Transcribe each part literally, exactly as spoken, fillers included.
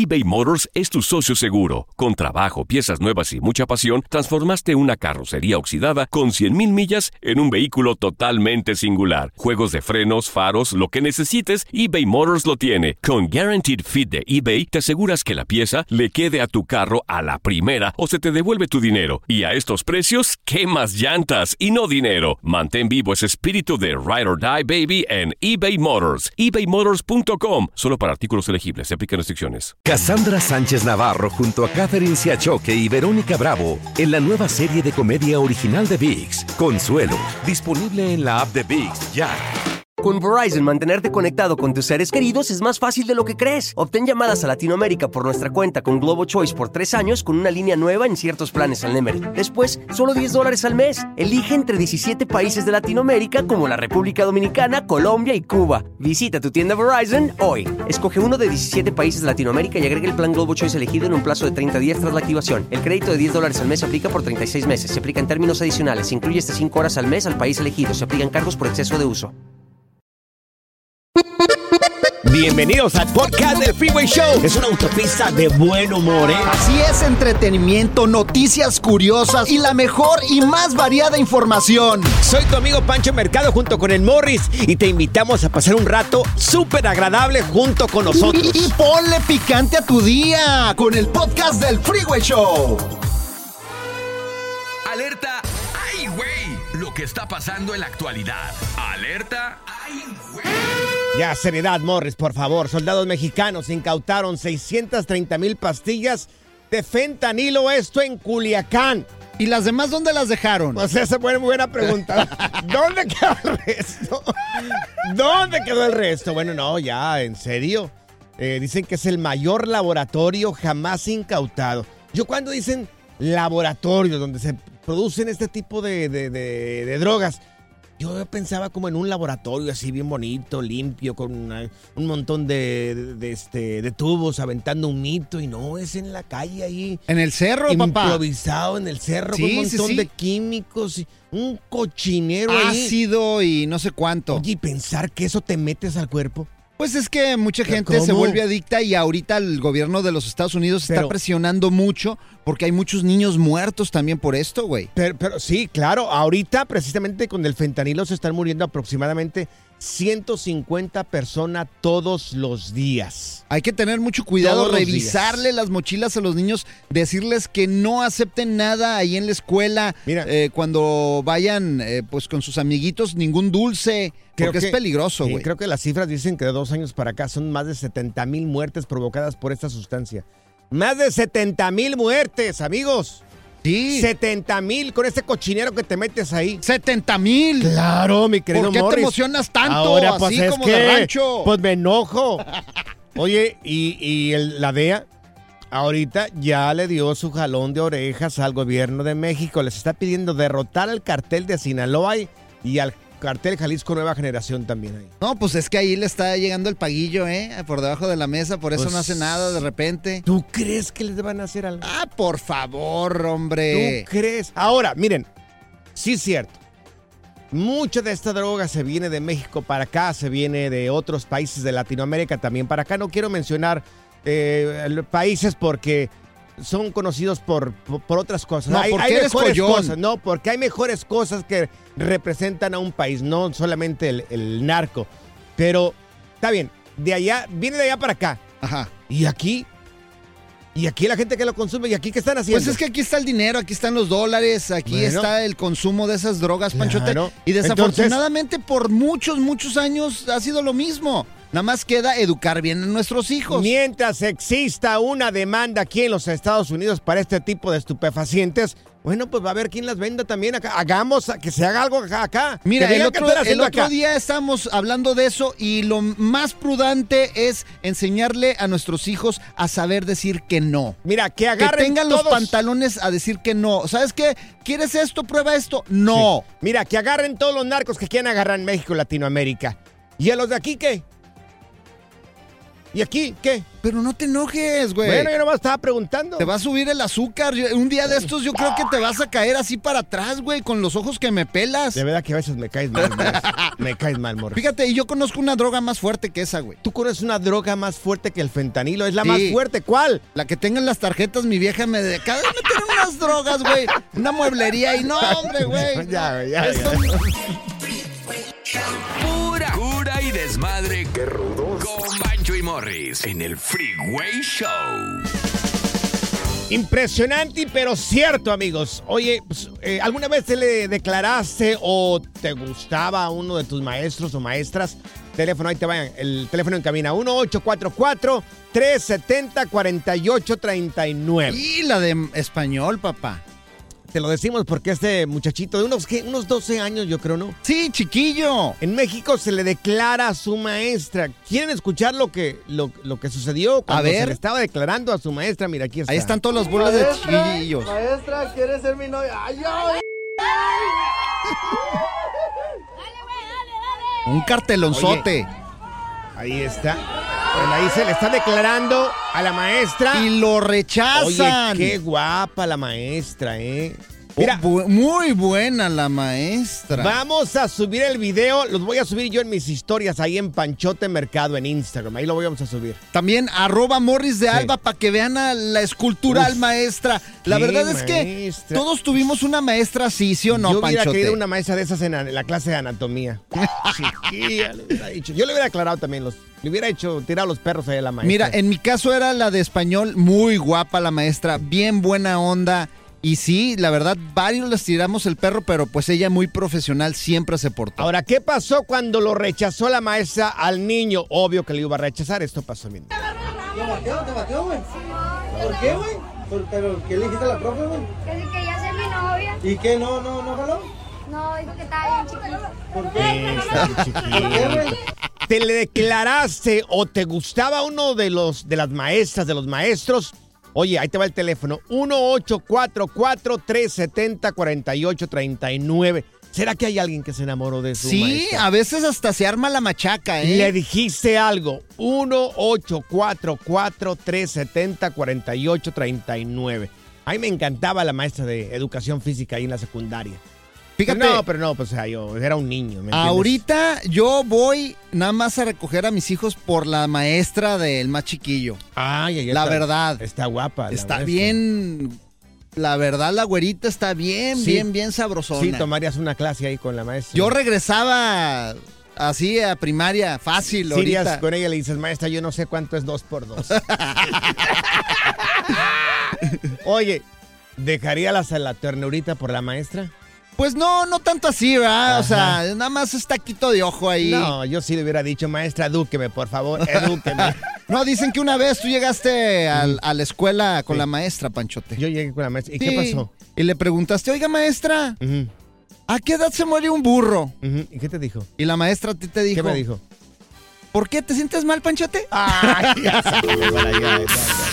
eBay Motors es tu socio seguro. Con trabajo, piezas nuevas y mucha pasión, transformaste una carrocería oxidada con cien mil millas en un vehículo totalmente singular. Juegos de frenos, faros, lo que necesites, eBay Motors lo tiene. Con Guaranteed Fit de eBay, te aseguras que la pieza le quede a tu carro a la primera o se te devuelve tu dinero. Y a estos precios, ¿qué más llantas y no dinero? Mantén vivo ese espíritu de Ride or Die, baby, en eBay Motors. ebay motors punto com. Solo para artículos elegibles. Se aplican restricciones. Cassandra Sánchez Navarro junto a Catherine Siachoque y Verónica Bravo en la nueva serie de comedia original de ViX, Consuelo, disponible en la app de ViX ya. Con Verizon, mantenerte conectado con tus seres queridos es más fácil de lo que crees. Obtén llamadas a Latinoamérica por nuestra cuenta con Globo Choice por tres años con una línea nueva en ciertos planes al Nemery. Después, solo diez dólares al mes. Elige entre diecisiete países de Latinoamérica como la República Dominicana, Colombia y Cuba. Visita tu tienda Verizon hoy. Escoge uno de diecisiete países de Latinoamérica y agrega el plan Globo Choice elegido en un plazo de treinta días tras la activación. El crédito de diez dólares al mes se aplica por treinta y seis meses. Se aplica en términos adicionales. Se incluye hasta cinco horas al mes al país elegido. Se aplican cargos por exceso de uso. Bienvenidos al podcast del Freeway Show. Es una autopista de buen humor, ¿eh? Así es, entretenimiento, noticias curiosas y la mejor y más variada información. Soy tu amigo Pancho Mercado junto con el Morris y te invitamos a pasar un rato súper agradable junto con nosotros. Y, y ponle picante a tu día con el podcast del Freeway Show. Alerta, ¡ay, güey! Lo que está pasando en la actualidad. Alerta, ¡ay, güey! Ya, seriedad, Morris, por favor. Soldados mexicanos incautaron seiscientas treinta mil pastillas de fentanilo, esto en Culiacán. ¿Y las demás dónde las dejaron? Pues esa es buena, buena pregunta. ¿Dónde quedó el resto? ¿Dónde quedó el resto? Bueno, no, ya, en serio. Eh, dicen que es el mayor laboratorio jamás incautado. Yo cuando dicen laboratorio donde se producen este tipo de, de, de, de drogas, yo pensaba como en un laboratorio así bien bonito, limpio, con una, un montón de, de, de, este, de tubos aventando un mito. Y no, es en la calle ahí. En el cerro, papá. Improvisado en el cerro, sí, con un montón sí, sí. de químicos, y un cochinero ahí. Ácido y no sé cuánto. Oye, y pensar que eso te metes al cuerpo. Pues es que mucha gente ¿Cómo? se vuelve adicta y ahorita el gobierno de los Estados Unidos pero, está presionando mucho porque hay muchos niños muertos también por esto, güey. Pero, pero sí, claro, ahorita precisamente con el fentanilo se están muriendo aproximadamente ciento cincuenta personas todos los días. Hay que tener mucho cuidado, revisarle las mochilas a los niños, decirles que no acepten nada ahí en la escuela. Mira, eh, cuando vayan eh, pues con sus amiguitos, ningún dulce, porque que, es peligroso, güey. Sí, creo que las cifras dicen que de dos años para acá son más de setenta mil muertes provocadas por esta sustancia. Más de setenta mil muertes, amigos. Sí. setenta mil con ese cochinero que te metes ahí. setenta mil. Claro, mi querido Morris. ¿Por qué te emocionas tanto? Ahora, pues así es como que, de rancho. Pues me enojo. Oye, y, y el, la D E A ahorita ya le dio su jalón de orejas al gobierno de México. Les está pidiendo derrotar al cartel de Sinaloa y al cartel Jalisco Nueva Generación también ahí. No, pues es que ahí le está llegando el paguillo, ¿eh? Por debajo de la mesa, por eso pues, no hace nada de repente. ¿Tú crees que les van a hacer algo? Ah, por favor, hombre. ¿Tú crees? Ahora, miren, sí es cierto. Mucha de esta droga se viene de México para acá, se viene de otros países de Latinoamérica también para acá. No quiero mencionar eh, países porque son conocidos por, por, por otras cosas. No, hay, porque hay eres mejores collón. cosas, no, porque hay mejores cosas que representan a un país, no solamente el, el narco. Pero está bien, de allá, viene de allá para acá. Ajá. Y aquí, y aquí la gente que lo consume, y aquí ¿qué están haciendo? Pues es que aquí está el dinero, aquí están los dólares, aquí bueno, está el consumo de esas drogas, claro. Panchote. Y desafortunadamente Entonces, por muchos, muchos años ha sido lo mismo. Nada más queda educar bien a nuestros hijos. Mientras exista una demanda aquí en los Estados Unidos para este tipo de estupefacientes, bueno, pues va a haber quien las venda también acá. Hagamos que se haga algo acá. Mira, el otro, el otro acá. día estábamos hablando de eso y lo más prudente es enseñarle a nuestros hijos a saber decir que no. Mira, que agarren Que tengan todos... los pantalones a decir que no. ¿Sabes qué? ¿Quieres esto? Prueba esto. No. Sí. Mira, que agarren todos los narcos que quieran agarrar en México y Latinoamérica. ¿Y a los de aquí qué? ¿Y aquí qué? Pero no te enojes, güey. Bueno, yo nomás estaba preguntando. Te va a subir el azúcar. Un día de estos yo creo que te vas a caer así para atrás, güey, con los ojos que me pelas. De verdad que a veces me caes mal, Morris. Me caes mal, Morris. Fíjate, y yo conozco una droga más fuerte que esa, güey. Tú conoces una droga más fuerte que el fentanilo. Es la Sí. más fuerte. ¿Cuál? La que tengan las tarjetas, mi vieja me de cada vez me tienen unas drogas, güey. Una mueblería y no, hombre, güey. Ya, ya, Esto- Pura cura y desmadre. ¡Qué rudos! Con Bancho y Morris en el Freeway Show. Impresionante, pero cierto, amigos. Oye, pues, eh, ¿alguna vez te le declaraste o te gustaba a uno de tus maestros o maestras? Teléfono, ahí te vayan. El teléfono en cabina, uno ocho cuatro cuatro, tres siete cero, cuatro ocho tres nueve. Y la de español, papá. Te lo decimos porque este muchachito de unos, ¿qué? unos doce años, yo creo, ¿no? Sí, chiquillo. En México se le declara a su maestra. ¿Quieren escuchar lo que, lo, lo que sucedió cuando A ver. se le estaba declarando a su maestra? Mira, aquí está. Ahí están todas las bolas de chiquillos. Maestra, ¿quieres ser mi novia? ¡Ay, ay! Un cartelonzote. Ahí está. Bueno, ahí se le está declarando a la maestra. Y lo rechazan. Oye, qué guapa la maestra, ¿eh? Mira, Oh, bu- muy buena la maestra. vamos a subir el video. Los voy a subir yo en mis historias ahí en Panchote Mercado en Instagram. Ahí lo vamos a subir. También arroba Morris de Alba para que vean a la escultural Uf, maestra. La qué verdad es que maestra. todos tuvimos una maestra así, ¿sí o no, yo hubiera Panchote? querido una maestra de esas en, en la clase de anatomía. Chiquilla, le hubiera dicho. Yo le hubiera aclarado también los... Le hubiera hecho tirar los perros ahí a la maestra. Mira, en mi caso era la de español, muy guapa la maestra, bien buena onda. Y sí, la verdad, varios les tiramos el perro, pero pues ella muy profesional siempre se portó. Ahora, ¿qué pasó cuando lo rechazó la maestra al niño? Obvio que le iba a rechazar. Esto pasó bien. ¿Te batió? ¿Te batió, güey? ¿Por qué, güey? ¿Por- ¿Pero qué le dijiste a la profe, güey? Que si quería ser mi novia. ¿Y qué? ¿No, no, no jaló? No, dijo que estaba bien chiquito. ¿Por qué? ¿Por qué, güey? ¿Te le declaraste o te gustaba uno de los de las maestras, de los maestros? Oye, ahí te va el teléfono. uno ocho cuatro cuatro, tres siete cero, cuatro ocho tres nueve. ¿Será que hay alguien que se enamoró de su Sí, maestra? a veces hasta se arma la machaca, ¿eh? Le dijiste algo. uno ocho cuatro cuatro, tres siete cero, cuatro ocho tres nueve. A mí me encantaba la maestra de educación física ahí en la secundaria. Fíjate, Pero no, pero no, pues o sea, yo era un niño, ¿me entiendes? ahorita yo voy nada más a recoger a mis hijos por la maestra del más chiquillo. Ay, ay, La está- verdad. Está guapa. la Está maestra. bien, la verdad la güerita está bien, Sí. bien, bien sabrosona. Sí, tomarías una clase ahí con la maestra. Yo regresaba así a primaria, fácil, Si irías ahorita. con ella y le dices, maestra, yo no sé cuánto es dos por dos. Oye, ¿dejarías la ternurita por la maestra? Pues no, no tanto así, ¿verdad? O Ajá. sea, nada más es taquito de ojo ahí. No, yo sí le hubiera dicho, maestra, edúqueme, por favor, edúqueme. No, dicen que una vez tú llegaste al- a la escuela con Sí. la maestra, Panchote. Yo llegué con la maestra. ¿Y Sí. qué pasó? Y le preguntaste, oiga, maestra, Ujú, ¿a qué edad se muere un burro? ujú. ¿Y qué te dijo? Y la maestra a ti te dijo, ¿Qué me dijo? ¿por qué te sientes mal, Panchote? Ay, ya sabes, para allá, ya, ya.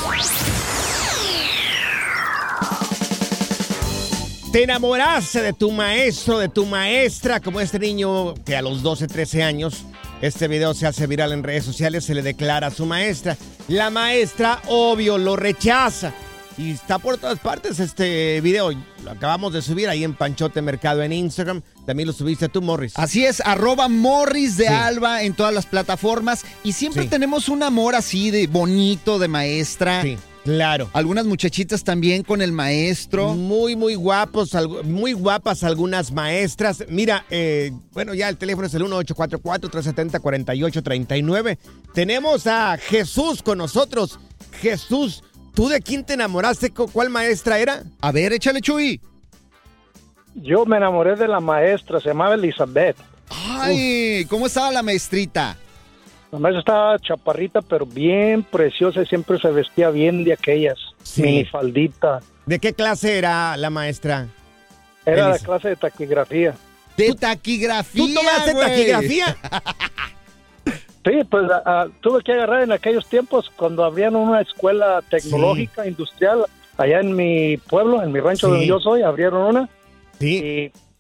Te enamoraste de tu maestro, de tu maestra, como este niño que a los doce, trece años, este video se hace viral en redes sociales, se le declara a su maestra. La maestra, obvio, lo rechaza. Y está por todas partes este video. Lo acabamos de subir ahí en Panchote Mercado en Instagram. También lo subiste tú, Morris. Así es, arroba Morris de Sí. Alba en todas las plataformas. Y siempre Sí. tenemos un amor así de bonito, de maestra. Sí, claro. Algunas muchachitas también con el maestro. Muy, muy guapos, algu- muy guapas algunas maestras. Mira, eh, bueno, ya el teléfono es el uno ocho cuatro cuatro, tres siete cero, cuatro ocho tres nueve. Tenemos a Jesús con nosotros. Jesús, ¿tú de quién te enamoraste? ¿Cu- ¿Cuál maestra era? A ver, échale, Chuy. Yo me enamoré de la maestra, se llamaba Elizabeth. Ay, ¿cómo estaba la maestrita? La maestra estaba chaparrita, pero bien preciosa y siempre se vestía bien de aquellas. Sí. Minifaldita. ¿De qué clase era la maestra? Era la Elis- clase de taquigrafía. De taquigrafía, ¿Tú tomaste güey. taquigrafía? Sí, pues a- a- tuve que agarrar en aquellos tiempos cuando abrían una escuela tecnológica, industrial, allá en mi pueblo, en mi rancho Sí. donde yo soy, abrieron una. Sí. Y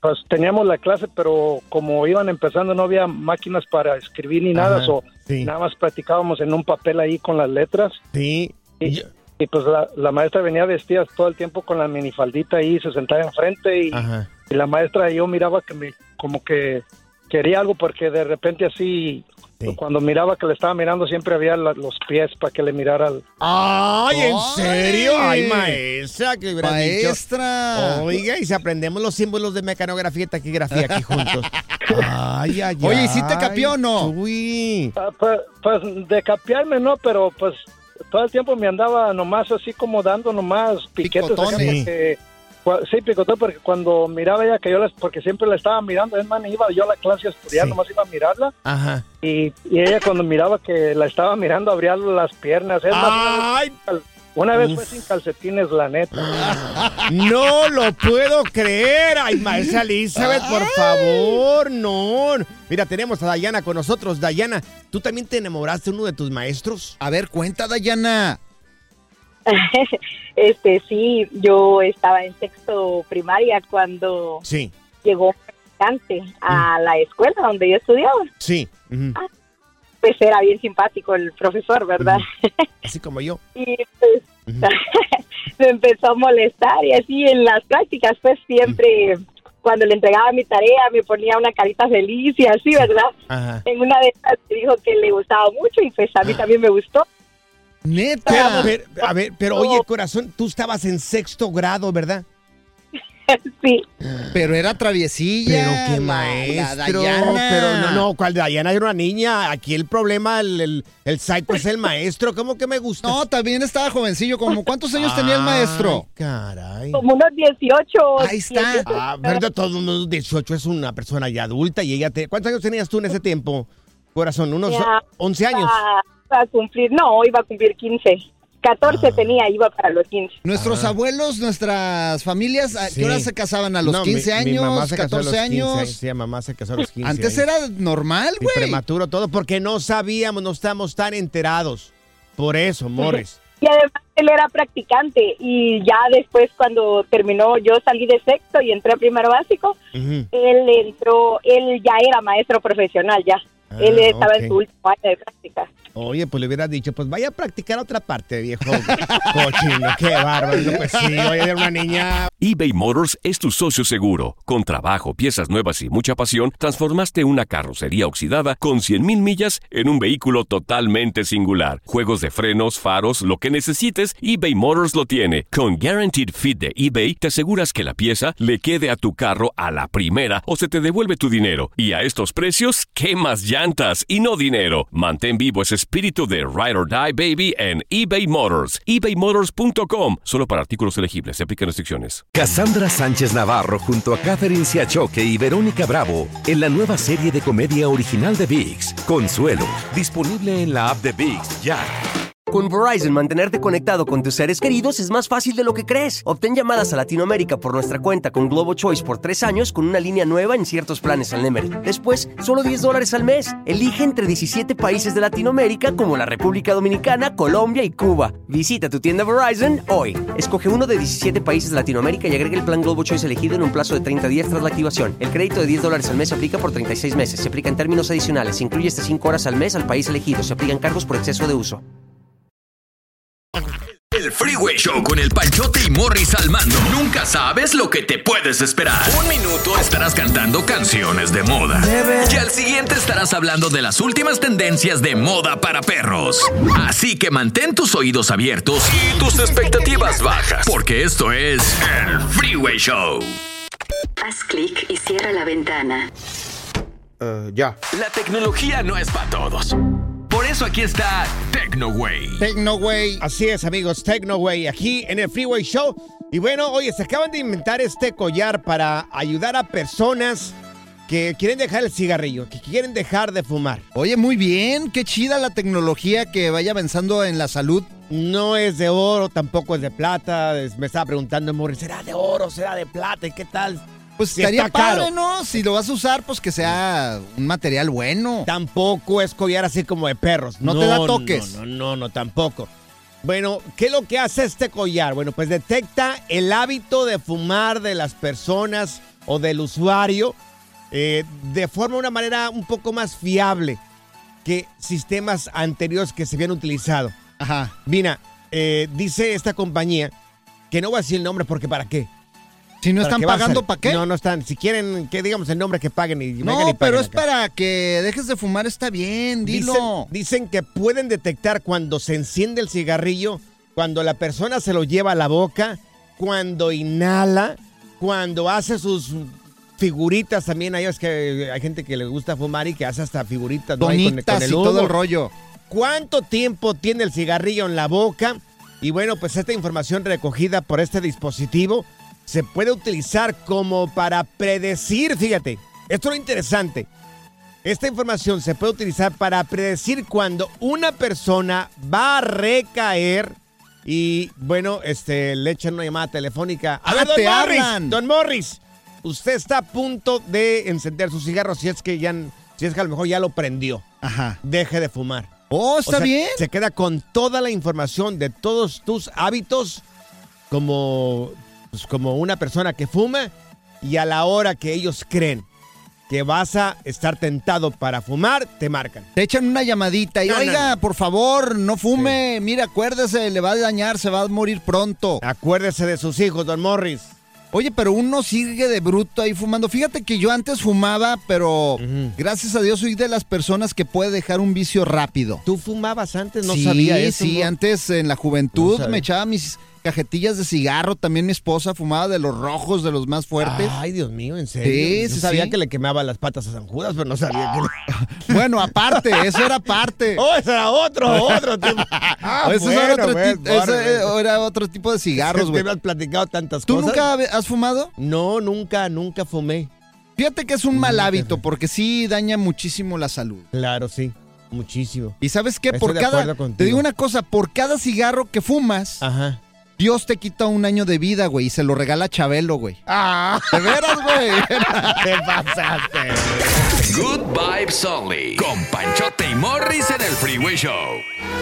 pues teníamos la clase, pero como iban empezando no había máquinas para escribir ni nada, Ajá, o sí. nada más practicábamos en un papel ahí con las letras. Sí. Y, Yo- y pues la, la maestra venía vestida todo el tiempo con la minifaldita ahí, se sentaba enfrente y, Ajá. y la maestra yo miraba que me como que quería algo porque de repente así Sí. cuando miraba que le estaba mirando siempre había la- los pies para que le mirara al- Ay, ¿en Ay. serio? Ay, maestra, que hubiera dicho. Maestra. Oiga, y si aprendemos los símbolos de mecanografía y taquigrafía aquí juntos. Ay, ay, Oye, ¿y ay. sí te capió o no? Uy. Ah, pues, pues de capearme no, pero pues todo el tiempo me andaba nomás así como dando nomás piquetes acá Picotones. porque cua- sí, picotón, porque cuando miraba ella que yo las, porque siempre la estaba mirando, es más, ni iba yo a la clase a estudiar, Sí. nomás iba a mirarla Ajá. y, y ella cuando miraba que la estaba mirando abría las piernas, es más, Ay, una vez Uf. fue sin calcetines, la neta. no lo puedo creer. Ay, maestra Elizabeth, por favor, no. Mira, tenemos a Dayana con nosotros. Dayana, ¿tú también te enamoraste de uno de tus maestros? A ver, cuenta, Dayana. Este, sí, yo estaba en sexto primaria cuando Sí, llegó un practicante a la escuela donde yo estudiaba. sí. Ujú. Pues era bien simpático el profesor, ¿verdad? Así como yo. Y pues Ujú. me empezó a molestar y así en las prácticas, pues siempre cuando le entregaba mi tarea me ponía una carita feliz y así, ¿verdad? Ajá. En una de esas me dijo que le gustaba mucho y pues a mí también me gustó. Neta. Pero, pero, a ver, pero oye, corazón, tú estabas en sexto grado, ¿verdad? Sí. Pero era traviesilla. Pero qué la- maestro. la Dayana. Pero no, no, ¿cuál Dayana era una niña? Aquí el problema, el, el, el psycho es el maestro. ¿Cómo que me gusta? No, también estaba jovencillo. Como, ¿cuántos años tenía el maestro? Ay, caray. Como unos dieciocho. Ahí está. dieciocho. Ah, pero de todos modos, dieciocho es una persona ya adulta y ella te... ¿Cuántos años tenías tú en ese tiempo, corazón? ¿Unos Ya, once años? Iba, iba a cumplir, no, iba a cumplir quince. catorce Ah. tenía, iba para los quince. Nuestros Ah. abuelos, nuestras familias, ¿a Sí. qué hora se casaban? ¿A los No, quince mi- años? mi mamá se casó a los catorce quince años. Sí, mi mamá se casó a los quince Antes años. era normal, Y güey. prematuro todo porque no sabíamos, no estamos tan enterados. Por eso, Morris. Y además él era practicante y ya después cuando terminó, yo salí de sexto y entré a primero básico, Ujú. él entró, él ya era maestro profesional ya. Ah, él estaba ok. en su último año de práctica. Oye, pues le hubieras dicho, pues vaya a practicar otra parte, viejo cochino. Qué bárbaro. No, pues sí, oye, era una niña. eBay Motors es tu socio seguro. Con trabajo, piezas nuevas y mucha pasión, transformaste una carrocería oxidada con cien mil millas en un vehículo totalmente singular. Juegos de frenos, faros, lo que necesites, eBay Motors lo tiene. Con Guaranteed Fit de eBay, te aseguras que la pieza le quede a tu carro a la primera o se te devuelve tu dinero. Y a estos precios, ¿qué más llantas y no dinero? Mantén vivo ese espíritu de Ride or Die, baby, en eBay Motors. ebay motors punto com. Solo para artículos elegibles. Se aplican restricciones. Cassandra Sánchez Navarro junto a Catherine Siachoque y Verónica Bravo en la nueva serie de comedia original de ViX, Consuelo, disponible en la app de ViX ya. Con Verizon, mantenerte conectado con tus seres queridos es más fácil de lo que crees. Obtén llamadas a Latinoamérica por nuestra cuenta con Globo Choice por tres años con una línea nueva en ciertos planes al Nemery. Después, solo diez dólares al mes. Elige entre diecisiete países de Latinoamérica como la República Dominicana, Colombia y Cuba. Visita tu tienda Verizon hoy. Escoge uno de diecisiete países de Latinoamérica y agrega el plan Globo Choice elegido en un plazo de treinta días tras la activación. El crédito de diez dólares al mes se aplica por treinta y seis meses. Se aplica en términos adicionales. Se incluye hasta cinco horas al mes al país elegido. Se aplican cargos por exceso de uso. El Freeway Show con el Panchote y Morris al mando. Nunca sabes lo que te puedes esperar. Un minuto estarás cantando canciones de moda. Y al siguiente estarás hablando de las últimas tendencias de moda para perros. Así que mantén tus oídos abiertos y tus expectativas bajas. Porque esto es el Freeway Show. Haz clic y cierra la ventana. Uh, ya. La tecnología no es para todos. Por eso aquí está TecnoWay. TecnoWay. Así es, amigos, TecnoWay, aquí en el Freeway Show. Y bueno, oye, se acaban de inventar este collar para ayudar a personas que quieren dejar el cigarrillo, que quieren dejar de fumar. Oye, muy bien. Qué chida la tecnología que vaya avanzando en la salud. No es de oro, tampoco es de plata. Es- me estaba preguntando, Morris, ¿será de oro, será de plata? ¿Y qué tal? Pues Si estaría está padre, caro. ¿no? Si lo vas a usar, pues que sea un material bueno. Tampoco es collar así como de perros. No te da toques. No, no, no, no, tampoco. Bueno, ¿qué es lo que hace este collar? Bueno, pues detecta el hábito de fumar de las personas o del usuario eh, de forma, una manera un poco más fiable que sistemas anteriores que se habían utilizado. Ajá. Mira, eh, dice esta compañía, que no voy a decir el nombre porque ¿para qué? Si no están pagando, ¿para qué? No, no están. Si quieren que digamos el nombre, que paguen y No, vengan y pero paguen es acá. para que dejes de fumar, está bien, dilo. Dicen, dicen que pueden detectar cuando se enciende el cigarrillo, cuando la persona se lo lleva a la boca, cuando inhala, cuando hace sus figuritas también. Hay, es que hay gente que le gusta fumar y que hace hasta figuritas. ¿no? Donitas con, con el y humo. todo el rollo. ¿Cuánto tiempo tiene el cigarrillo en la boca? Y bueno, pues esta información recogida por este dispositivo se puede utilizar como para predecir, fíjate, esto es lo interesante. Esta información se puede utilizar para predecir cuando una persona va a recaer y, bueno, este, le echan una llamada telefónica. A Ah, ver, don te Morris, hablan. don Morris, usted está a punto de encender su cigarro si es que ya, si es que a lo mejor ya lo prendió. Ajá. Deje de fumar. Oh, está O sea, bien. Se queda con toda la información de todos tus hábitos como, pues, como una persona que fuma, y a la hora que ellos creen que vas a estar tentado para fumar, te marcan. Te echan una llamadita y, No, no, oiga, no. por favor, no fume. Mira, acuérdese, le va a dañar, se va a morir pronto. Acuérdese de sus hijos, don Morris. Oye, pero uno sigue de bruto ahí fumando. Fíjate que yo antes fumaba, pero Ujú. gracias a Dios soy de las personas que puede dejar un vicio rápido. ¿Tú fumabas antes? No sí, sabía eso. Sí, ¿no? antes en la juventud No sabía. me echaba mis cajetillas de cigarro. También mi esposa fumaba de los rojos, de los más fuertes. Ay, Dios mío, ¿en serio? Sí, Yo sí, sabía sí. que le quemaba las patas a San Judas, pero no sabía que... Bueno, aparte, eso era parte. ¡Oh, ese era otro, otro tipo! Ah, Ese bueno, era, otro bueno, ti- ese bueno. era otro tipo de cigarros, Es que güey. me has platicado tantas ¿Tú cosas. nunca has fumado? No, nunca, nunca fumé. Fíjate que es un mal Nunca hábito fumé. porque sí daña muchísimo la salud. Claro, sí. Muchísimo. Y ¿sabes qué? Estoy Por de cada, acuerdo contigo. te digo una cosa, por cada cigarro que fumas, Ajá. Dios te quita un año de vida, güey, y se lo regala a Chabelo, güey. ¡Ah! ¿De veras, güey? ¡Te pasaste! Good Vibes Only. Con Panchote y Morris en el Freeway Show.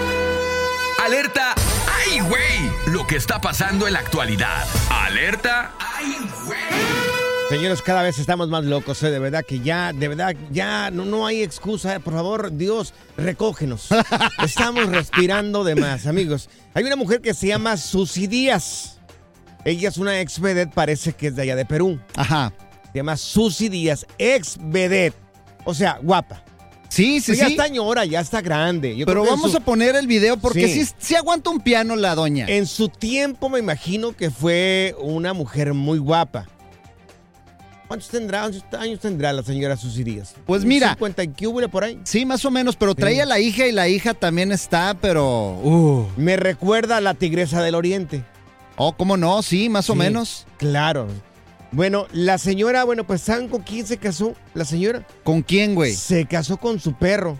Alerta. ¡Ay, güey! Lo que está pasando en la actualidad. Alerta. ¡Ay, güey! Señores, cada vez estamos más locos, ¿eh? De verdad que ya, de verdad, ya no, no hay excusa. ¿eh? Por favor, Dios, recógenos. Estamos respirando de más, amigos. Hay una mujer que se llama Susy Díaz. Ella es una ex vedette, parece que es de allá de Perú. Ajá. Se llama Susy Díaz, ex vedette. O sea, guapa. Sí, sí, Pero ya sí. está señora, ya está grande. Yo Pero creo que en vamos su- a poner el video porque Sí. sí, sí aguanta un piano la doña. En su tiempo me imagino que fue una mujer muy guapa. ¿Cuántos tendrá, cuántos años tendrá la señora Susy Díaz? Pues mira. ¿cincuenta y qué hubo por ahí? Sí, más o menos, pero traía a la hija y la hija también está, pero... Uh. Me recuerda a la Tigresa del Oriente. Oh, ¿cómo no? Sí, más o Sí, menos. Claro. Bueno, la señora, bueno, pues ¿saben con quién se casó la señora? ¿Con quién, güey? Se casó con su perro.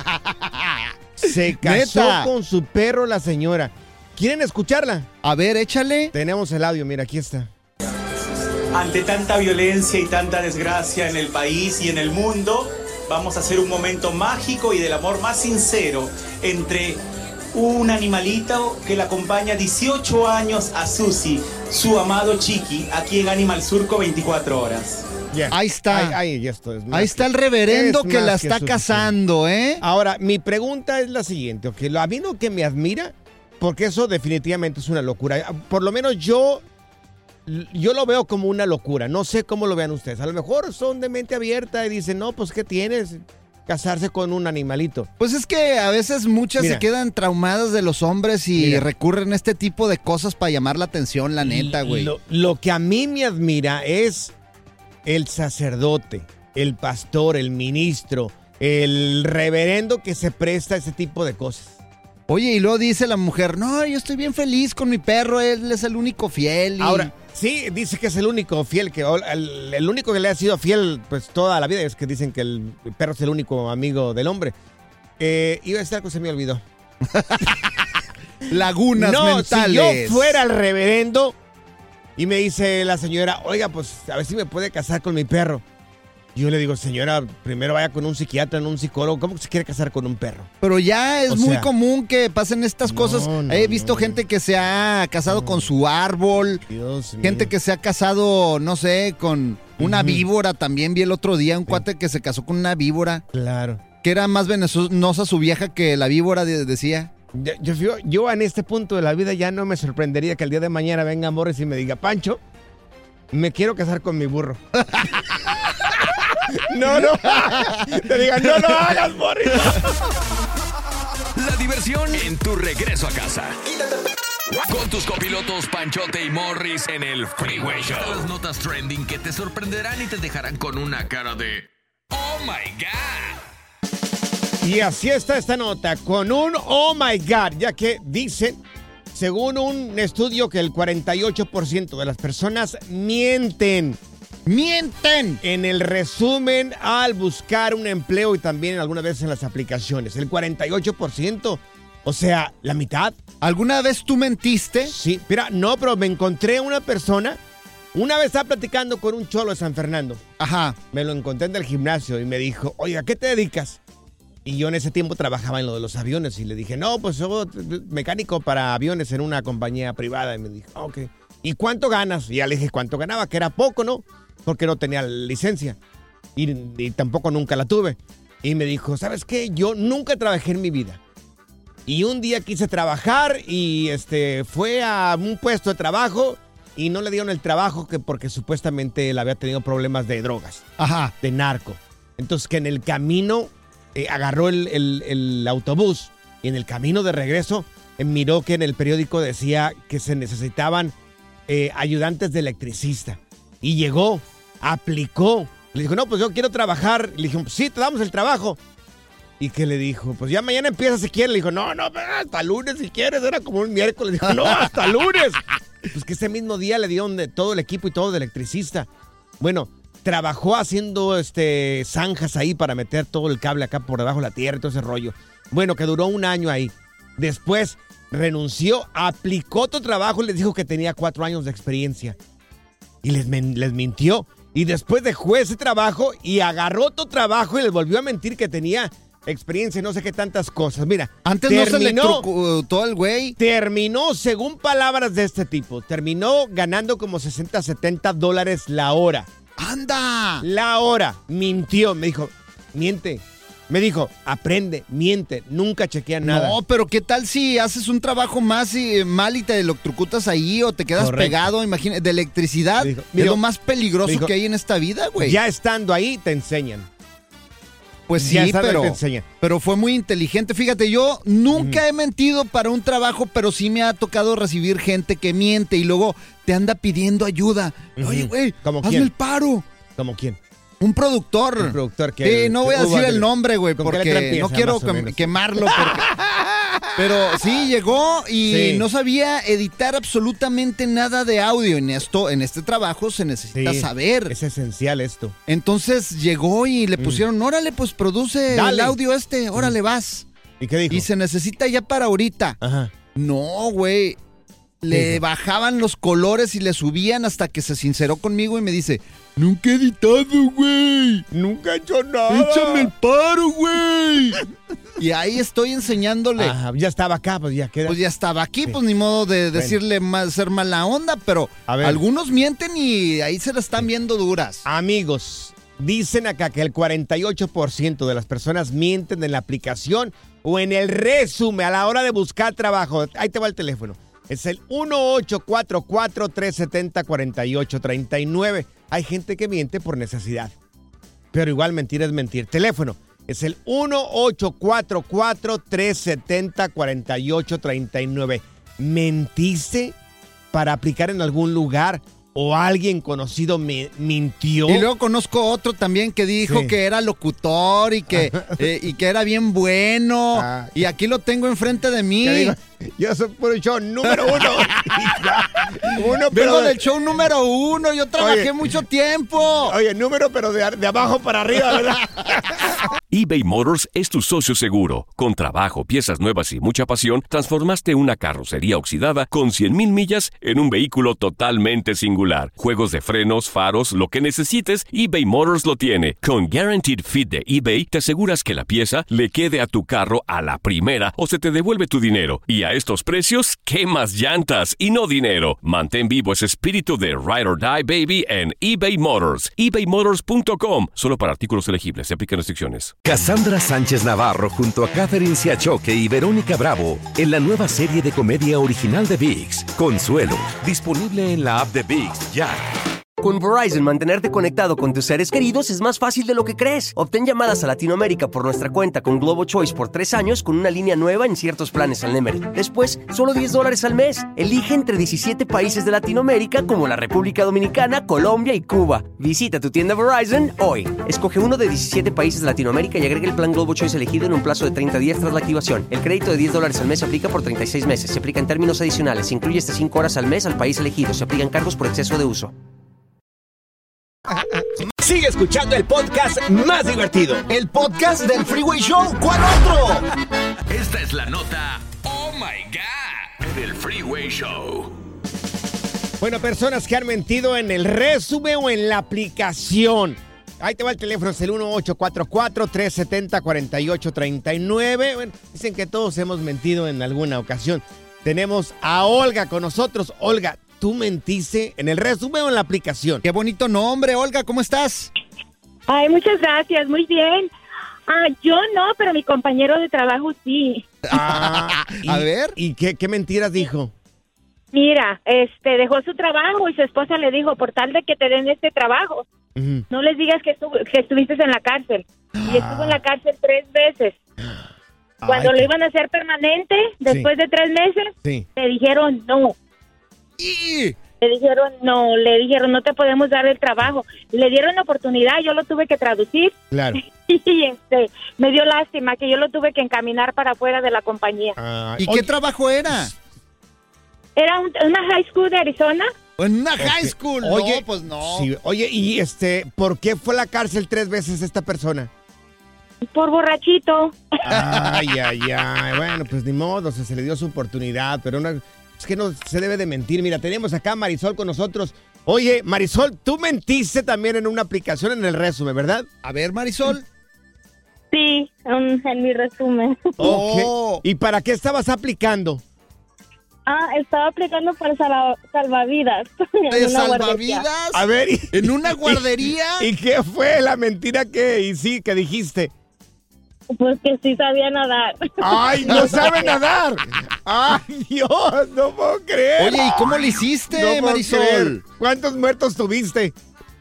Se casó ¿Neta? con su perro la señora. ¿Quieren escucharla? A ver, échale. Tenemos el audio, mira, aquí está. Ante tanta violencia y tanta desgracia en el país y en el mundo, vamos a hacer un momento mágico y del amor más sincero entre un animalito que le acompaña dieciocho años a Susy, su amado Chiqui, aquí en Animal Surco veinticuatro horas. Yeah. Ahí está. Ahí, ahí, esto es más Ahí está que- el reverendo es que más la que está suficiente. casando, ¿eh? Ahora, mi pregunta es la siguiente, ¿ok? A mí lo que me admira, porque eso definitivamente es una locura. Por lo menos yo, yo lo veo como una locura. No sé cómo lo vean ustedes. A lo mejor son de mente abierta y dicen, no, pues ¿qué tienes? Casarse con un animalito. Pues es que a veces muchas Mira. se quedan traumadas de los hombres y Mira. recurren a este tipo de cosas para llamar la atención, la neta, güey. Lo, lo que a mí me admira es el sacerdote, el pastor, el ministro, el reverendo que se presta a ese tipo de cosas. Oye, y luego dice la mujer, no, yo estoy bien feliz con mi perro, él es el único fiel. y- Ahora, sí, dice que es el único fiel, que el, el único que le ha sido fiel pues toda la vida, es que dicen que el perro es el único amigo del hombre. Eh, iba a estar, que se me olvidó. Lagunas no, mentales. si yo fuera el reverendo y me dice la señora, oiga, pues a ver si me puede casar con mi perro. Yo le digo, señora, primero vaya con un psiquiatra, no un psicólogo. ¿Cómo que se quiere casar con un perro? Pero ya es O muy sea, común que pasen estas no, cosas. no, He visto no. gente que se ha casado con su árbol. Dios mío. Gente que se ha casado, no sé, con una Ujú. víbora. También vi el otro día un cuate que se casó con una víbora. Claro. Que era más venenosa su vieja que la víbora, de- decía. Yo, yo, yo en este punto de la vida ya no me sorprendería que el día de mañana venga Morris y me diga, Pancho, me quiero casar con mi burro. No, no. Te digan, no lo hagas, Morris. La diversión en tu regreso a casa. Con tus copilotos Panchote y Morris en el Freeway Show. Las notas trending que te sorprenderán y te dejarán con una cara de ¡Oh, my God! Y así está esta nota, con un oh my God, ya que dicen, según un estudio, que el cuarenta y ocho por ciento de las personas mienten. ¡Mienten! En el resumen al buscar un empleo y también algunas veces en las aplicaciones. El cuarenta y ocho por ciento. O sea, la mitad. ¿Alguna vez tú mentiste? Sí, mira, no, pero me encontré una persona. Una vez estaba platicando con un cholo de San Fernando. Ajá. Me lo encontré en el gimnasio y me dijo, oye, ¿a qué te dedicas? Y yo en ese tiempo trabajaba en lo de los aviones y le dije, no, pues soy mecánico para aviones en una compañía privada. Y me dijo, ok. ¿Y cuánto ganas? Y ya le dije cuánto ganaba, que era poco, ¿no? Porque no tenía licencia y, y tampoco nunca la tuve. Y me dijo, ¿sabes qué? Yo nunca trabajé en mi vida. Y un día quise trabajar y este fue a un puesto de trabajo y no le dieron el trabajo que porque supuestamente él había tenido problemas de drogas. Ajá. De narco. Entonces que en el camino eh, agarró el, el, el autobús y en el camino de regreso eh, miró que en el periódico decía que se necesitaban eh, ayudantes de electricista. Y llegó, aplicó. Le dijo, no, pues yo quiero trabajar. Le dijo, sí, te damos el trabajo. ¿Y qué le dijo? Pues ya mañana empieza si quiere. Le dijo, no, no, hasta lunes si quieres. Era como un miércoles. Dijo, no, hasta lunes. Pues que ese mismo día le dieron de todo el equipo y todo de electricista. Bueno, trabajó haciendo este zanjas ahí para meter todo el cable acá por debajo de la tierra y todo ese rollo. Bueno, que duró un año ahí. Después renunció, aplicó otro trabajo y les dijo que tenía cuatro años de experiencia. Y les, men- les mintió. Y después dejó ese trabajo y agarró otro trabajo y les volvió a mentir que tenía experiencia y no sé qué tantas cosas. Mira, Antes no se electrocutó el güey. Terminó, según palabras de este tipo, terminó ganando como sesenta, setenta dólares la hora. ¡Anda! La hora. Mintió. Me dijo, miente. Me dijo, aprende, miente, nunca chequea nada. No, pero ¿qué tal si haces un trabajo más y, mal y te electrocutas ahí o te quedas Correcto. pegado? Imagínate, de electricidad. Dijo, es dijo, lo más peligroso dijo, que hay en esta vida, güey. Ya estando ahí, te enseñan. Pues Ya sí, estando ahí pero, te enseñan. pero fue muy inteligente. Fíjate, yo nunca he mentido para un trabajo, pero sí me ha tocado recibir gente que miente y luego te anda pidiendo ayuda. Ujú. Oye, güey, ¿Cómo hazme quién? el paro. ¿Cómo quién? Un productor. Un productor que... Sí, no voy a Uh, decir el ¿con nombre, güey, qué letra porque empieza, no quiero más o quem- menos? quemarlo. Porque... Pero sí, llegó y Sí. no sabía editar absolutamente nada de audio. En esto, en este trabajo se necesita Sí, saber. Es esencial esto. Entonces llegó y le pusieron, órale, pues produce Dale. el audio este, órale, vas. ¿Y qué dijo? Y se necesita ya para ahorita. Ajá. No, güey. Le dijo? bajaban los colores y le subían hasta que se sinceró conmigo y me dice, nunca he editado, güey. Nunca he hecho nada. Échame el paro, güey. Y ahí estoy enseñándole. Ajá, ya estaba acá, pues ya queda. Pues ya estaba aquí, pues ni modo de decirle más, ser mala onda, pero A ver. algunos mienten y ahí se la están viendo duras. Amigos, dicen acá que el cuarenta y ocho por ciento de las personas mienten en la aplicación o en el resumen a la hora de buscar trabajo. Ahí te va el teléfono. Es el uno ocho cuatro cuatro, tres siete cero, cuatro ocho tres nueve. Hay gente que miente por necesidad. Pero igual mentir es mentir. Teléfono es el uno ocho cuatro cuatro, tres siete cero, cuatro ocho tres nueve. ¿Mentiste para aplicar en algún lugar o alguien conocido me mintió? Y luego conozco otro también que dijo Sí. que era locutor y que, eh, y que era bien bueno. Ah. Y aquí lo tengo enfrente de mí. Que digo, yo soy puro show número uno. uno Vengo pero del show número uno, yo trabajé Oye. mucho tiempo. Oye, número pero de, de abajo para arriba, ¿verdad? eBay Motors es tu socio seguro. Con trabajo, piezas nuevas y mucha pasión, transformaste una carrocería oxidada con cien mil millas en un vehículo totalmente singular. Juegos de frenos, faros, lo que necesites, eBay Motors lo tiene. Con Guaranteed Fit de eBay, te aseguras que la pieza le quede a tu carro a la primera o se te devuelve tu dinero. Y a estos precios, ¿qué más llantas y no dinero? Mantén vivo ese espíritu de Ride or Die, baby, en eBay Motors. ebay motors punto com. Solo para artículos elegibles. Se aplican restricciones. Cassandra Sánchez Navarro junto a Catherine Siachoque y Verónica Bravo en la nueva serie de comedia original de ViX, Consuelo, disponible en la app de ViX ya. Con Verizon, mantenerte conectado con tus seres queridos es más fácil de lo que crees. Obtén llamadas a Latinoamérica por nuestra cuenta con Globo Choice por tres años con una línea nueva en ciertos planes al Nemery. Después, solo diez dólares al mes. Elige entre diecisiete países de Latinoamérica como la República Dominicana, Colombia y Cuba. Visita tu tienda Verizon hoy. Escoge uno de diecisiete países de Latinoamérica y agrega el plan Globo Choice elegido en un plazo de treinta días tras la activación. El crédito de diez dólares al mes se aplica por treinta y seis meses. Se aplica en términos adicionales. Se incluye hasta cinco horas al mes al país elegido. Se aplican cargos por exceso de uso. Sigue escuchando el podcast más divertido. El podcast del Freeway Show. ¿Cuál otro? Esta es la nota Oh My God del Freeway Show. Bueno, personas que han mentido en el resumen o en la aplicación. Ahí te va el teléfono, es el uno ocho cuatro cuatro, tres siete cero, cuatro ocho tres nueve. Bueno, dicen que todos hemos mentido en alguna ocasión. Tenemos a Olga con nosotros. Olga, ¿tú mentiste en el resumen o en la aplicación? Qué bonito nombre, Olga, ¿cómo estás? Ay, muchas gracias, muy bien. Ah, yo no, pero mi compañero de trabajo sí. Ah, y, a ver. ¿Y qué, qué mentiras dijo? Mira, este, dejó su trabajo y su esposa le dijo, por tal de que te den este trabajo, uh-huh. no les digas que, estu- que estuviste en la cárcel. Y estuvo en la cárcel tres veces. Cuando Ay, lo iban a hacer permanente, después sí. de tres meses, sí. le dijeron no. ¿Y? Le dijeron no, le dijeron no te podemos dar el trabajo. Le dieron la oportunidad, yo lo tuve que traducir. Claro. Y este, me dio lástima que yo lo tuve que encaminar para afuera de la compañía. Uh, ¿Y oye, qué trabajo era? Era un, una high school de Arizona. ¿Una high school? Oye, no, pues no. Sí, oye, y este, ¿por qué fue a la cárcel tres veces esta persona? Por borrachito. Ay, ay, ay. Bueno, pues ni modo, o sea, se le dio su oportunidad, pero una... Es que no se debe de mentir. Mira, tenemos acá a Marisol con nosotros. Oye, Marisol, tú mentiste también en una aplicación en el resumen, ¿verdad? A ver, Marisol. Sí, en, en mi resumen. Oh. Okay. ¿Y para qué estabas aplicando? Ah, estaba aplicando para sal- salvavidas. ¿De salvavidas? A ver. ¿y, ¿En una guardería? ¿Y, ¿Y qué fue la mentira que, y sí, que dijiste? Pues que sí sabía nadar. ¡Ay, no sabe nadar! ¡Ay, Dios! No puedo creer. Oye, ¿y cómo le hiciste, no Marisol? Creer. ¿Cuántos muertos tuviste?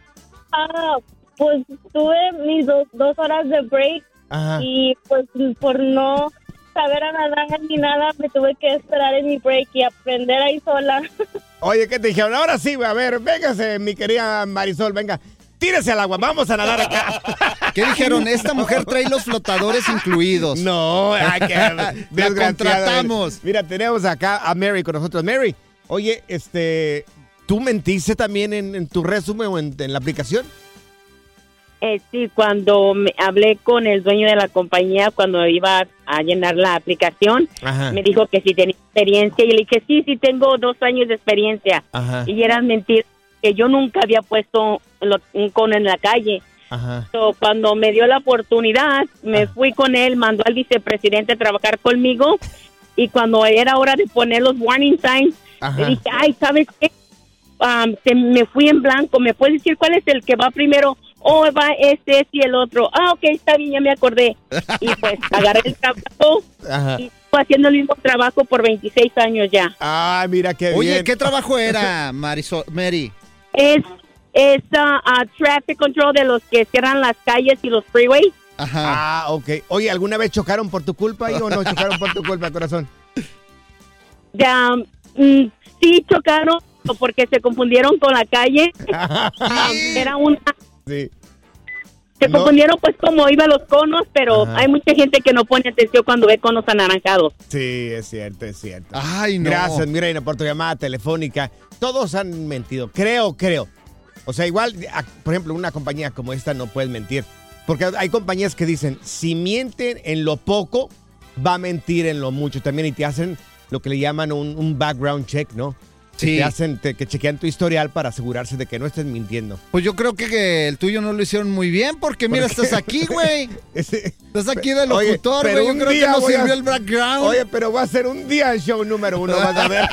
Ah, pues tuve mis dos, dos horas de break. Ajá. Y pues por no saber a nadar ni nada, me tuve que esperar en mi break y aprender ahí sola. Oye, ¿qué te dijeron? Ahora sí, a ver, véngase, mi querida Marisol, venga. Tírese al agua, vamos a nadar acá. ¿Qué dijeron? Esta mujer trae los flotadores incluidos. No, ay, que la contratamos. Mira, tenemos acá a Mary con nosotros. Mary, oye, este, ¿tú mentiste también en, en tu resumen o en, en la aplicación? Eh, sí, cuando me hablé con el dueño de la compañía, cuando iba a llenar la aplicación, Ajá. me dijo que sí tenía experiencia. Y le dije, sí, sí tengo dos años de experiencia. Ajá. Y eran mentiras, que yo nunca había puesto lo, un cono en la calle. Ajá. So, cuando me dio la oportunidad, me Ajá. fui con él, mandó al vicepresidente a trabajar conmigo, y cuando era hora de poner los warning signs, Ajá. le dije, ay, ¿sabes qué? Um, se, me fui en blanco, ¿me puedes decir cuál es el que va primero? Oh, va este, este y el otro. Ah, ok, está bien, ya me acordé. Y pues agarré el trabajo Ajá. y estuve haciendo el mismo trabajo por veintiséis años ya. Ah, mira qué Oye, bien. ¿qué trabajo era, Marisol, Mary? Es, es uh, uh, traffic control de los que cierran las calles y los freeways. Ajá. Ah, ok. Oye, ¿alguna vez chocaron por tu culpa ahí o no chocaron por tu culpa, corazón? Ya, um, sí chocaron porque se confundieron con la calle. um, era una... Sí. Se no. confundieron pues como iban los conos, pero Ajá. hay mucha gente que no pone atención cuando ve conos anaranjados. Sí, es cierto, es cierto. Ay, no. Gracias, Mireina, por tu llamada telefónica. Todos han mentido, creo, creo. O sea, igual, por ejemplo, una compañía como esta no puede mentir. Porque hay compañías que dicen, si mienten en lo poco, va a mentir en lo mucho también y te hacen lo que le llaman un, un background check, ¿no? Sí. Que te hacen, te, que chequean tu historial para asegurarse de que no estés mintiendo. Pues yo creo que, que el tuyo no lo hicieron muy bien, porque mira, ¿Por estás aquí, güey. Estás aquí de locutor, güey. Yo creo que no sirvió a... el background. Oye, pero va a ser un día el show número uno, vas a ver.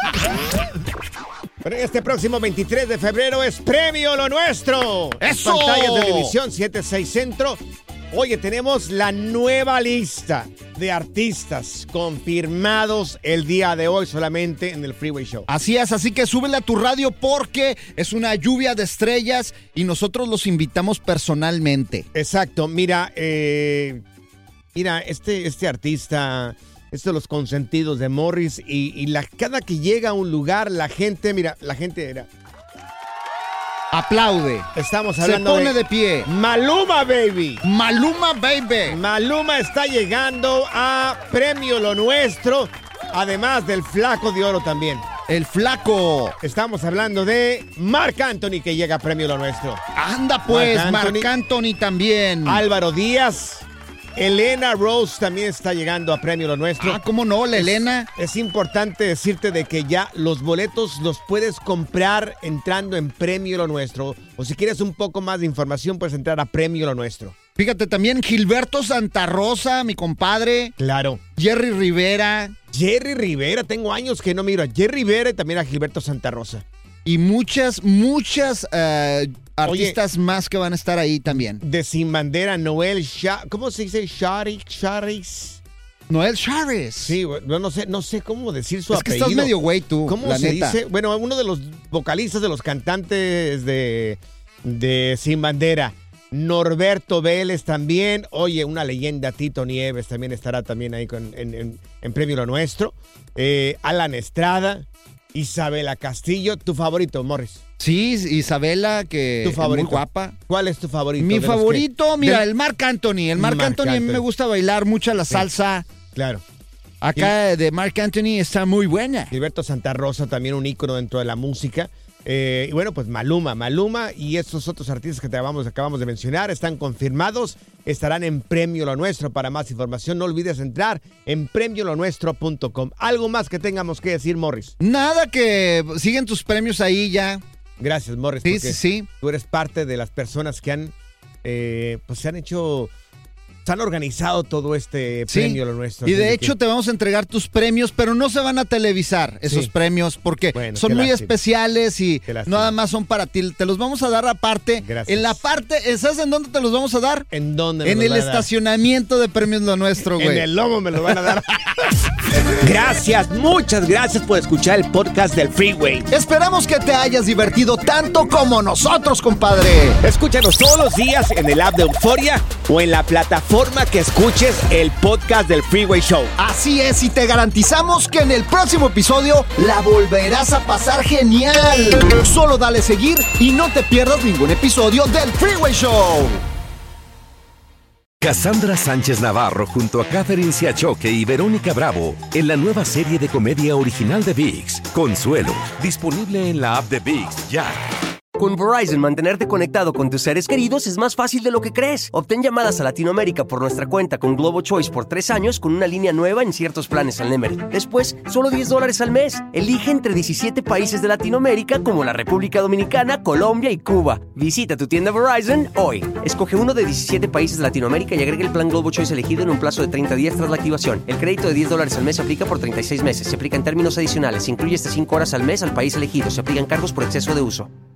Pero este próximo veintitrés de febrero es Premio Lo Nuestro. ¡Eso! Pantalla de televisión siete seis Centro. Oye, tenemos la nueva lista de artistas confirmados el día de hoy solamente en el Freeway Show. Así es, así que súbele a tu radio porque es una lluvia de estrellas y nosotros los invitamos personalmente. Exacto, mira, eh, mira, este, este artista, este de los consentidos de Morris y, y la, cada que llega a un lugar, la gente, mira, la gente era... Aplaude. Estamos hablando Se pone de, de pie. Maluma, baby. Maluma, baby. Maluma está llegando a Premio Lo Nuestro, además del Flaco de Oro también. El Flaco. Estamos hablando de Marc Anthony, que llega a Premio Lo Nuestro. Anda pues, Marc Anthony, Marc Anthony también. Álvaro Díaz. Elena Rose también está llegando a Premio Lo Nuestro. Ah, ¿cómo no? La es, Elena. Es importante decirte de que ya los boletos los puedes comprar entrando en Premio Lo Nuestro. O si quieres un poco más de información, puedes entrar a Premio Lo Nuestro. Fíjate, también Gilberto Santa Rosa, mi compadre. Claro. Jerry Rivera. Jerry Rivera, tengo años que no miro a Jerry Rivera y también a Gilberto Santa Rosa. Y muchas, muchas uh, artistas Oye, más que van a estar ahí también. De Sin Bandera, Noel Sha... ¿Cómo se dice? Sharis. Sharis. Noel Sharis. Sí, no, no sé, no sé cómo decir su es apellido. Es que estás medio güey tú, ¿Cómo la se neta. dice? Bueno, uno de los vocalistas, de los cantantes de, de Sin Bandera. Norberto Vélez también. Oye, una leyenda, Tito Nieves también estará también ahí con, en, en, en Premio Lo Nuestro. Eh, Alan Estrada. Isabela Castillo, ¿tu favorito, Morris? Sí, Isabela, que ¿Tu favorito? es muy guapa. ¿Cuál es tu favorito? Mi favorito, que... mira, del... el Marc Anthony. El Marc Marc Anthony, Anthony, a mí me gusta bailar mucho la sí. salsa. Claro. Acá y... de Marc Anthony está muy buena. Gilberto Santa Rosa, también un ícono dentro de la música. Eh, y bueno, pues Maluma, Maluma y estos otros artistas que te acabamos, acabamos de mencionar están confirmados, estarán en Premio Lo Nuestro. Para más información no olvides entrar en premio lo nuestro punto com. ¿Algo más que tengamos que decir, Morris? Nada, que siguen tus premios ahí ya. Gracias, Morris. Sí, sí, sí. Tú eres parte de las personas que han, eh, pues se han hecho... Se han organizado todo este sí. Premio Lo Nuestro. Y de hecho que... te vamos a entregar tus premios, pero no se van a televisar esos sí. premios porque bueno, son muy lástima. especiales y nada más son para ti. Te los vamos a dar aparte. Gracias. En la parte, ¿sabes en dónde te los vamos a dar? ¿En dónde? En el estacionamiento de Premios Lo Nuestro, güey. En el lomo me lo van a dar. Gracias, muchas gracias por escuchar el podcast del Freeway. Esperamos que te hayas divertido tanto como nosotros, compadre. Escúchanos todos los días en el app de Euforia o en la plataforma forma que escuches el podcast del Freeway Show. Así es, y te garantizamos que en el próximo episodio la volverás a pasar genial. Solo dale seguir y no te pierdas ningún episodio del Freeway Show. Cassandra Sánchez Navarro junto a Catherine Siachoque y Verónica Bravo en la nueva serie de comedia original de ViX, Consuelo, disponible en la app de ViX ya. Con Verizon, mantenerte conectado con tus seres queridos es más fácil de lo que crees. Obtén llamadas a Latinoamérica por nuestra cuenta con Globo Choice por tres años con una línea nueva en ciertos planes al Nemery. Después, solo diez dólares al mes. Elige entre diecisiete países de Latinoamérica como la República Dominicana, Colombia y Cuba. Visita tu tienda Verizon hoy. Escoge uno de diecisiete países de Latinoamérica y agrega el plan Globo Choice elegido en un plazo de treinta días tras la activación. El crédito de diez dólares al mes se aplica por treinta y seis meses. Se aplica en términos adicionales. Se incluye hasta cinco horas al mes al país elegido. Se aplican cargos por exceso de uso.